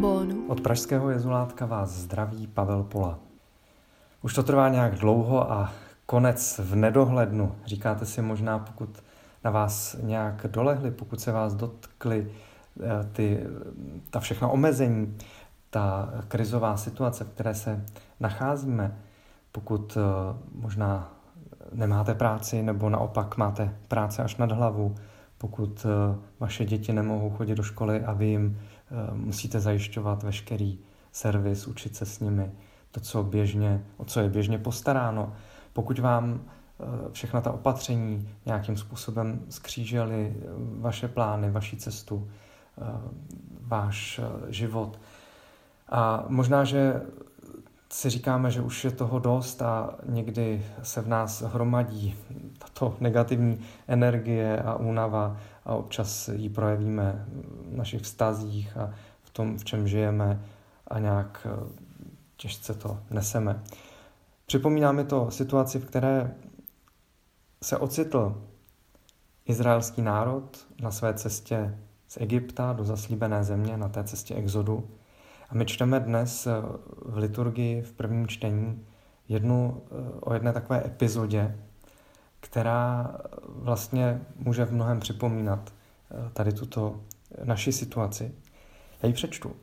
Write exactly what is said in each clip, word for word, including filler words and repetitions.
trombónu. Od pražského jezulátka vás zdraví Pavel Pola. Už to trvá nějak dlouho a konec v nedohlednu. Říkáte si možná, pokud na vás nějak dolehli, pokud se vás dotkly ty, ta všechna omezení, ta krizová situace, v které se nacházíme, pokud možná nemáte práci nebo naopak máte práci až nad hlavu, pokud vaše děti nemohou chodit do školy a vy jim musíte zajišťovat veškerý servis, učit se s nimi, to, co běžně, o co je běžně postaráno. Pokud vám všechna ta opatření nějakým způsobem skřížily vaše plány, vaši cestu, váš život. A možná, že si říkáme, že už je toho dost a někdy se v nás hromadí tato negativní energie a únava a občas ji projevíme v našich vztazích a v tom, v čem žijeme a nějak těžce to neseme. Připomíná mi to situaci, v které se ocitl izraelský národ na své cestě z Egypta do zaslíbené země, na té cestě exodu. A my čteme dnes v liturgii v prvním čtení jednu, o jedné takové epizodě, která vlastně může v mnohem připomínat tady tuto naši situaci. Já ji přečtu.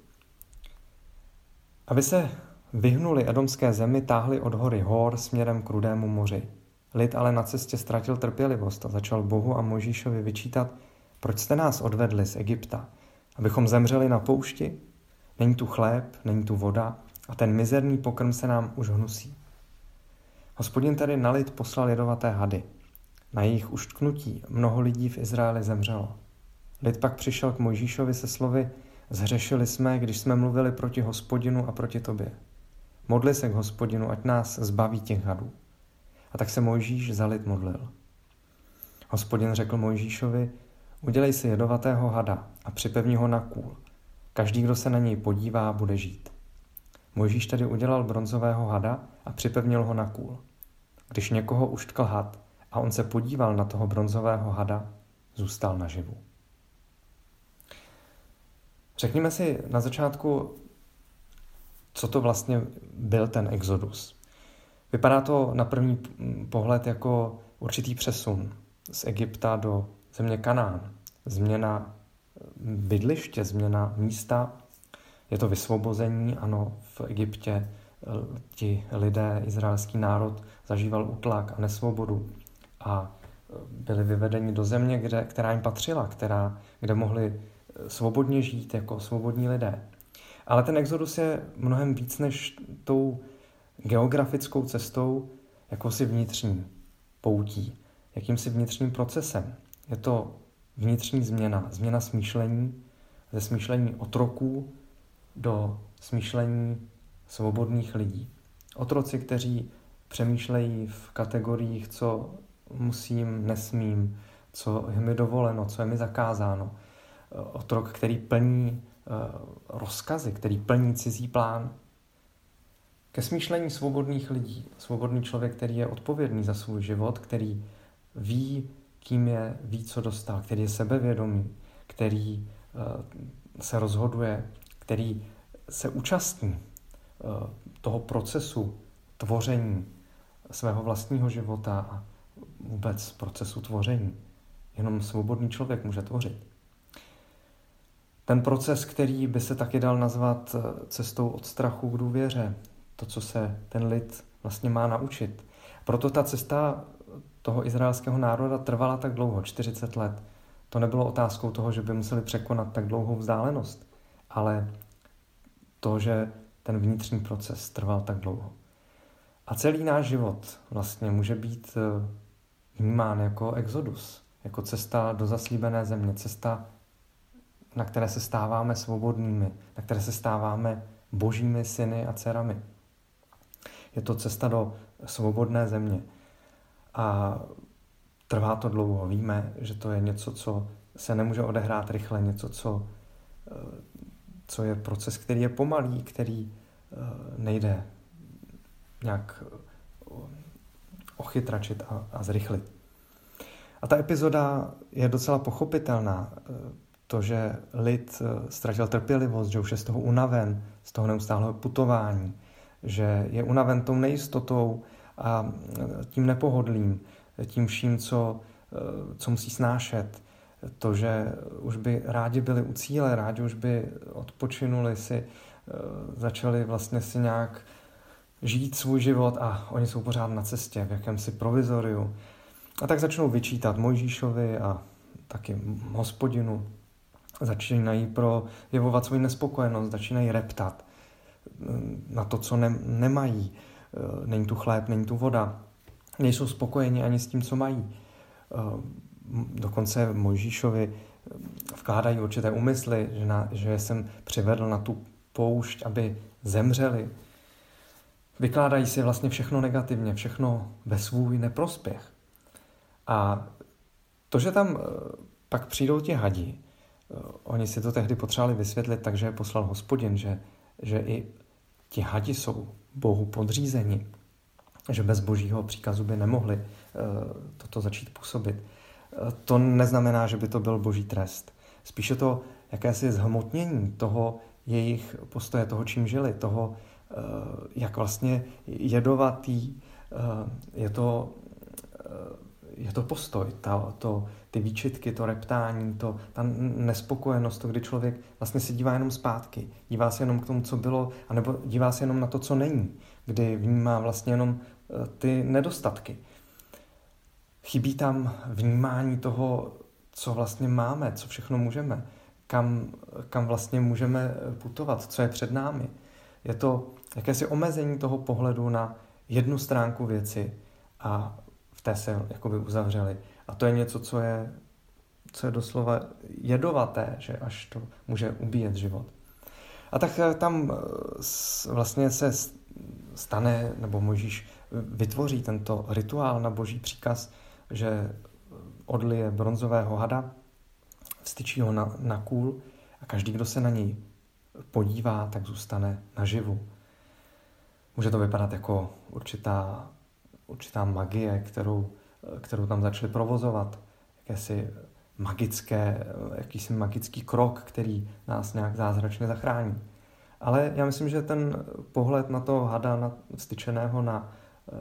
Aby se vyhnuli edomské zemi, táhli od hory Hor směrem k Rudému moři. Lid ale na cestě ztratil trpělivost a začal Bohu a Mojžíšovi vyčítat: proč jste nás odvedli z Egypta, abychom zemřeli na poušti? Není tu chléb, není tu voda a ten mizerný pokrm se nám už hnusí. Hospodin tedy na lid poslal jedovaté hady. Na jejich uštknutí mnoho lidí v Izraeli zemřelo. Lid pak přišel k Mojžíšovi se slovy: zhřešili jsme, když jsme mluvili proti Hospodinu a proti tobě. Modli se k Hospodinu, ať nás zbaví těch hadů. A tak se Mojžíš za lid modlil. Hospodin řekl Mojžíšovi: udělej si jedovatého hada a připevni ho na kůl. Každý, kdo se na něj podívá, bude žít. Mojžíš tedy udělal bronzového hada a připevnil ho na kůl. Když někoho uštkl had a on se podíval na toho bronzového hada, zůstal naživu. Řekněme si na začátku, co to vlastně byl ten exodus. Vypadá to na první pohled jako určitý přesun z Egypta do země Kanán. Změna bydliště, změna místa. Je to vysvobození, ano, v Egyptě ti lidé, izraelský národ zažíval útlak a nesvobodu a byli vyvedeni do země, kde, která jim patřila, která, kde mohli svobodně žít jako svobodní lidé. Ale ten exodus je mnohem víc než tou geografickou cestou, jakousi vnitřní poutí, jakýmsi vnitřním procesem. Je to vnitřní změna, změna smýšlení, ze smýšlení otroků do smýšlení svobodných lidí. Otroci, kteří přemýšlejí v kategoriích, co musím, nesmím, co je mi dovoleno, co je mi zakázáno. Otrok, který plní rozkazy, který plní cizí plán. Ke smýšlení svobodných lidí. Svobodný člověk, který je odpovědný za svůj život, který ví, kým je, ví, co dostal, který je sebevědomý, který se rozhoduje, který se účastní toho procesu tvoření svého vlastního života a vůbec procesu tvoření. Jenom svobodný člověk může tvořit. Ten proces, který by se taky dal nazvat cestou od strachu k důvěře, to, co se ten lid vlastně má naučit. Proto ta cesta toho izraelského národa trvala tak dlouho, čtyřicet let. To nebylo otázkou toho, že by museli překonat tak dlouhou vzdálenost, ale to, že ten vnitřní proces trval tak dlouho. A celý náš život vlastně může být vnímán jako exodus, jako cesta do zaslíbené země, cesta, na které se stáváme svobodnými, na které se stáváme božími syny a dcerami. Je to cesta do svobodné země. A trvá to dlouho. Víme, že to je něco, co se nemůže odehrát rychle, něco, co, co je proces, který je pomalý, který nejde nějak ochytračit a, a zrychlit. A ta epizoda je docela pochopitelná. to, že lid ztratil trpělivost, že už je z toho unaven, z toho neustálého putování, že je unaven tou nejistotou a tím nepohodlím, tím vším, co, co musí snášet. To, že už by rádi byli u cíle, rádi už by odpočinuli si, začali vlastně si nějak žít svůj život a oni jsou pořád na cestě, v jakémsi provizoriu. A tak začnou vyčítat Mojžíšovi a taky Hospodinu. Začínají projevovat svou nespokojenost, začínají reptat na to, co ne- nemají. Není tu chléb, není tu voda. Nejsou spokojeni ani s tím, co mají. Dokonce Mojžíšovi vkládají určité úmysly, že, na, že jsem přivedl na tu poušť, aby zemřeli. Vykládají si vlastně všechno negativně, všechno ve svůj neprospěch. A to, že tam pak přijdou ti hadi, oni si to tehdy potřebovali vysvětlit, takže je poslal Hospodin, že, že i ti hadi jsou Bohu podřízeni, že bez božího příkazu by nemohli toto začít působit. To neznamená, že by to byl boží trest. Spíše to jakési zhmotnění toho jejich postoje, toho, čím žili, toho, jak vlastně jedovatý je to, je to postoj, ta, to, ty výčitky, to reptání, to, ta nespokojenost, to, kdy člověk vlastně se dívá jenom zpátky, dívá se jenom k tomu, co bylo, anebo dívá se jenom na to, co není, kdy vnímá vlastně jenom ty nedostatky. Chybí tam vnímání toho, co vlastně máme, co všechno můžeme, kam, kam vlastně můžeme putovat, co je před námi. Je to jakési omezení toho pohledu na jednu stránku věci a v té se jakoby uzavřeli. A to je něco, co je, co je doslova jedovaté, že až to může ubíjet život. A tak tam vlastně se stane, nebo Mojžíš vytvoří tento rituál na boží příkaz, že odlije bronzového hada, vstyčí ho na, na kůl a každý, kdo se na něj podívá, tak zůstane naživu. Může to vypadat jako určitá, určitá magie, kterou, kterou tam začali provozovat. Jakési magické, jakýsi magický krok, který nás nějak zázračně zachrání. Ale já myslím, že ten pohled na toho hada na, vstyčeného na,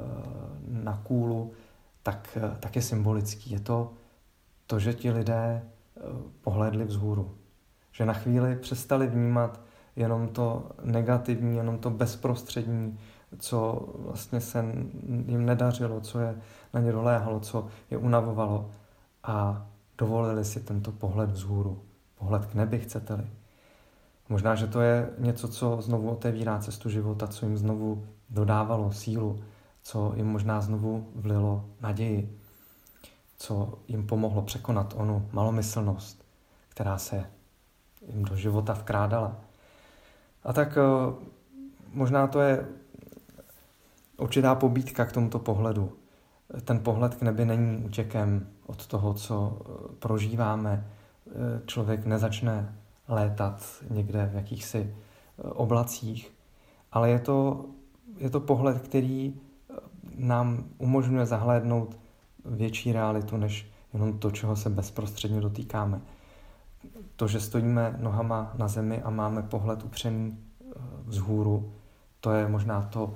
na kůlu, tak, tak je symbolický. Je to to, že ti lidé pohlédli vzhůru. Že na chvíli přestali vnímat jenom to negativní, jenom to bezprostřední, co vlastně se jim nedařilo, co je na ně doléhalo, co je unavovalo a dovolili si tento pohled vzhůru. Pohled k nebi, chcete-li. Možná, že to je něco, co znovu otevírá cestu života, co jim znovu dodávalo sílu, co jim možná znovu vlilo naději, co jim pomohlo překonat onu malomyslnost, která se jim do života vkrádala. A tak možná to je určitá pobídka k tomuto pohledu. Ten pohled k nebi není útěkem od toho, co prožíváme. Člověk nezačne létat někde v jakýchsi oblacích, ale je to, je to pohled, který nám umožňuje zahlédnout větší realitu, než jenom to, čeho se bezprostředně dotýkáme. To, že stojíme nohama na zemi a máme pohled upřený vzhůru, to je možná to,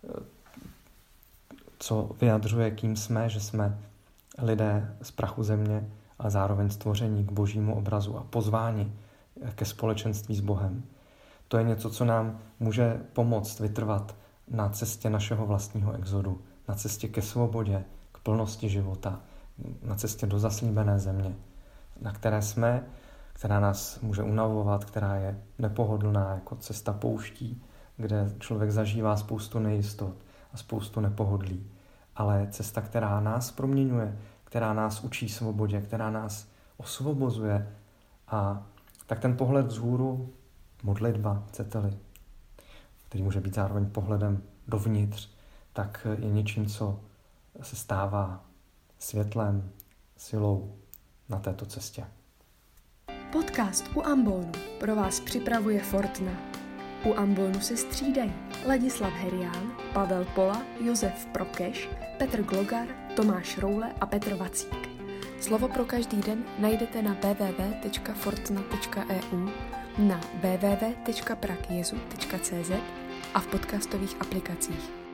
co vyjadřuje, kým jsme, že jsme lidé z prachu země, ale zároveň stvoření k božímu obrazu a pozvání ke společenství s Bohem. To je něco, co nám může pomoct vytrvat na cestě našeho vlastního exodu, na cestě ke svobodě, k plnosti života, na cestě do zaslíbené země, na které jsme, která nás může unavovat, která je nepohodlná jako cesta pouští, kde člověk zažívá spoustu nejistot a spoustu nepohodlí. Ale cesta, která nás proměňuje, která nás učí svobodě, která nás osvobozuje. A tak ten pohled vzhůru, modlitba, chcete-li, který může být zároveň pohledem dovnitř, tak je něčím, co se stává světlem, silou na této cestě. Podcast U ambonu pro vás připravuje Fortna. U ambonu se střídají Ladislav Herián, Pavel Pola, Josef Prokeš, Petr Glogar, Tomáš Roule a Petr Vacík. Slovo pro každý den najdete na w w w tečka fortna tečka e u, na w w w tečka pragjezu tečka c z a v podcastových aplikacích.